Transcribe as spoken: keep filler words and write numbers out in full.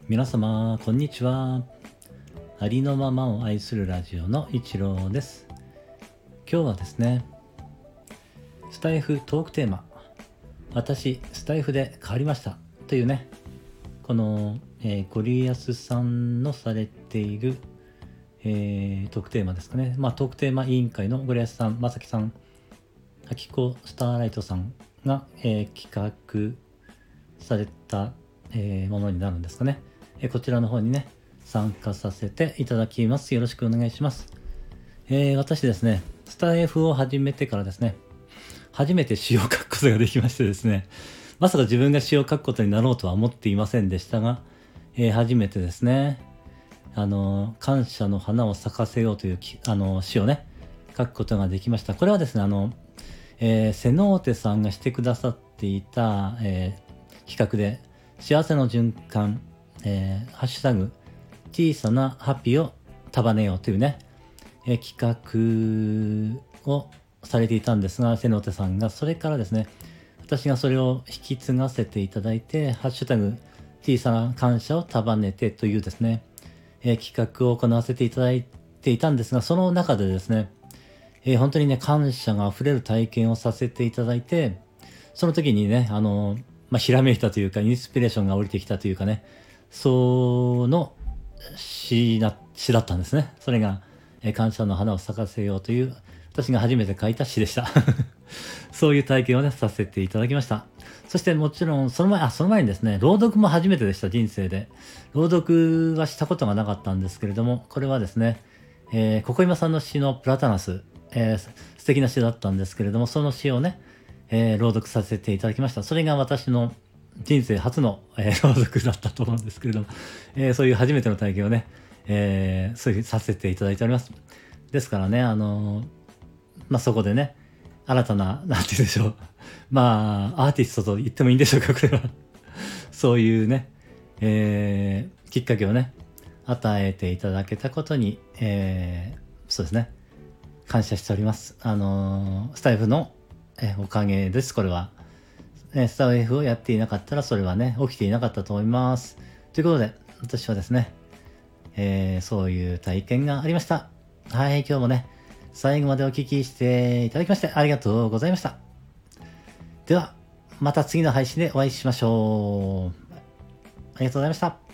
皆様こんにちは。ありのままを愛するラジオの一郎です。今日はですね、スタイフトークテーマ、私スタイフで変わりましたというね、この、えー、ゴリアスさんのされている、えー、トークテーマですかね。まあトークテーマ委員会のゴリアスさん、まさきさん、あきこスターライトさんが、えー、企画された、えー、ものになるんですかね。えー、こちらの方にね参加させていただきます。よろしくお願いします。えー、私ですね、スタイフを始めてからですね、初めて詩を書くことができましてですね、まさか自分が詩を書くことになろうとは思っていませんでしたが、えー、初めてですね、あの感謝の花を咲かせようというあの詩をね書くことができました。これはですね、あの、えー、瀬能手さんがしてくださっていた、えー、企画で、幸せの循環、えー、ハッシュタグ小さなハッピーを束ねようというね、えー、企画をされていたんですが、瀬能手さんがそれからですね、私がそれを引き継がせていただいて、ハッシュタグ小さな感謝を束ねてというですね、えー、企画を行わせていただいていたんですが、その中でですね、えー、本当にね感謝があふれる体験をさせていただいて、その時にね、あのまあ、ひらめいたというか、インスピレーションが降りてきたというかね、その詩な詩だったんですね。それが、えー、感謝の花を咲かせようという、私が初めて書いた詩でしたそういう体験をねさせていただきました。そしてもちろんその前あその前にですね、朗読も初めてでした。人生で朗読はしたことがなかったんですけれども、これはですね、えー、ここいまさんの詩のプラタナス、えー、素敵な詩だったんですけれども、その詩をね、えー、朗読させていただきました。それが私の人生初の、えー、朗読だったと思うんですけれども、えー、そういう初めての体験をね、えー、そういうさせていただいております。ですからね、あのー、まあ、そこでね、新たな、なんて言うんでしょう。まあ、アーティストと言ってもいいんでしょうか、これは。そういうね、えー、きっかけをね、与えていただけたことに、えー、そうですね、感謝しております。あのー、スタイフのえおかげです、これは。えスタイフをやっていなかったら、それはね、起きていなかったと思います。ということで、私はですね、えー、そういう体験がありました。はい、今日もね、最後までお聞きしていただきましてありがとうございました。では、また次の配信でお会いしましょう。ありがとうございました。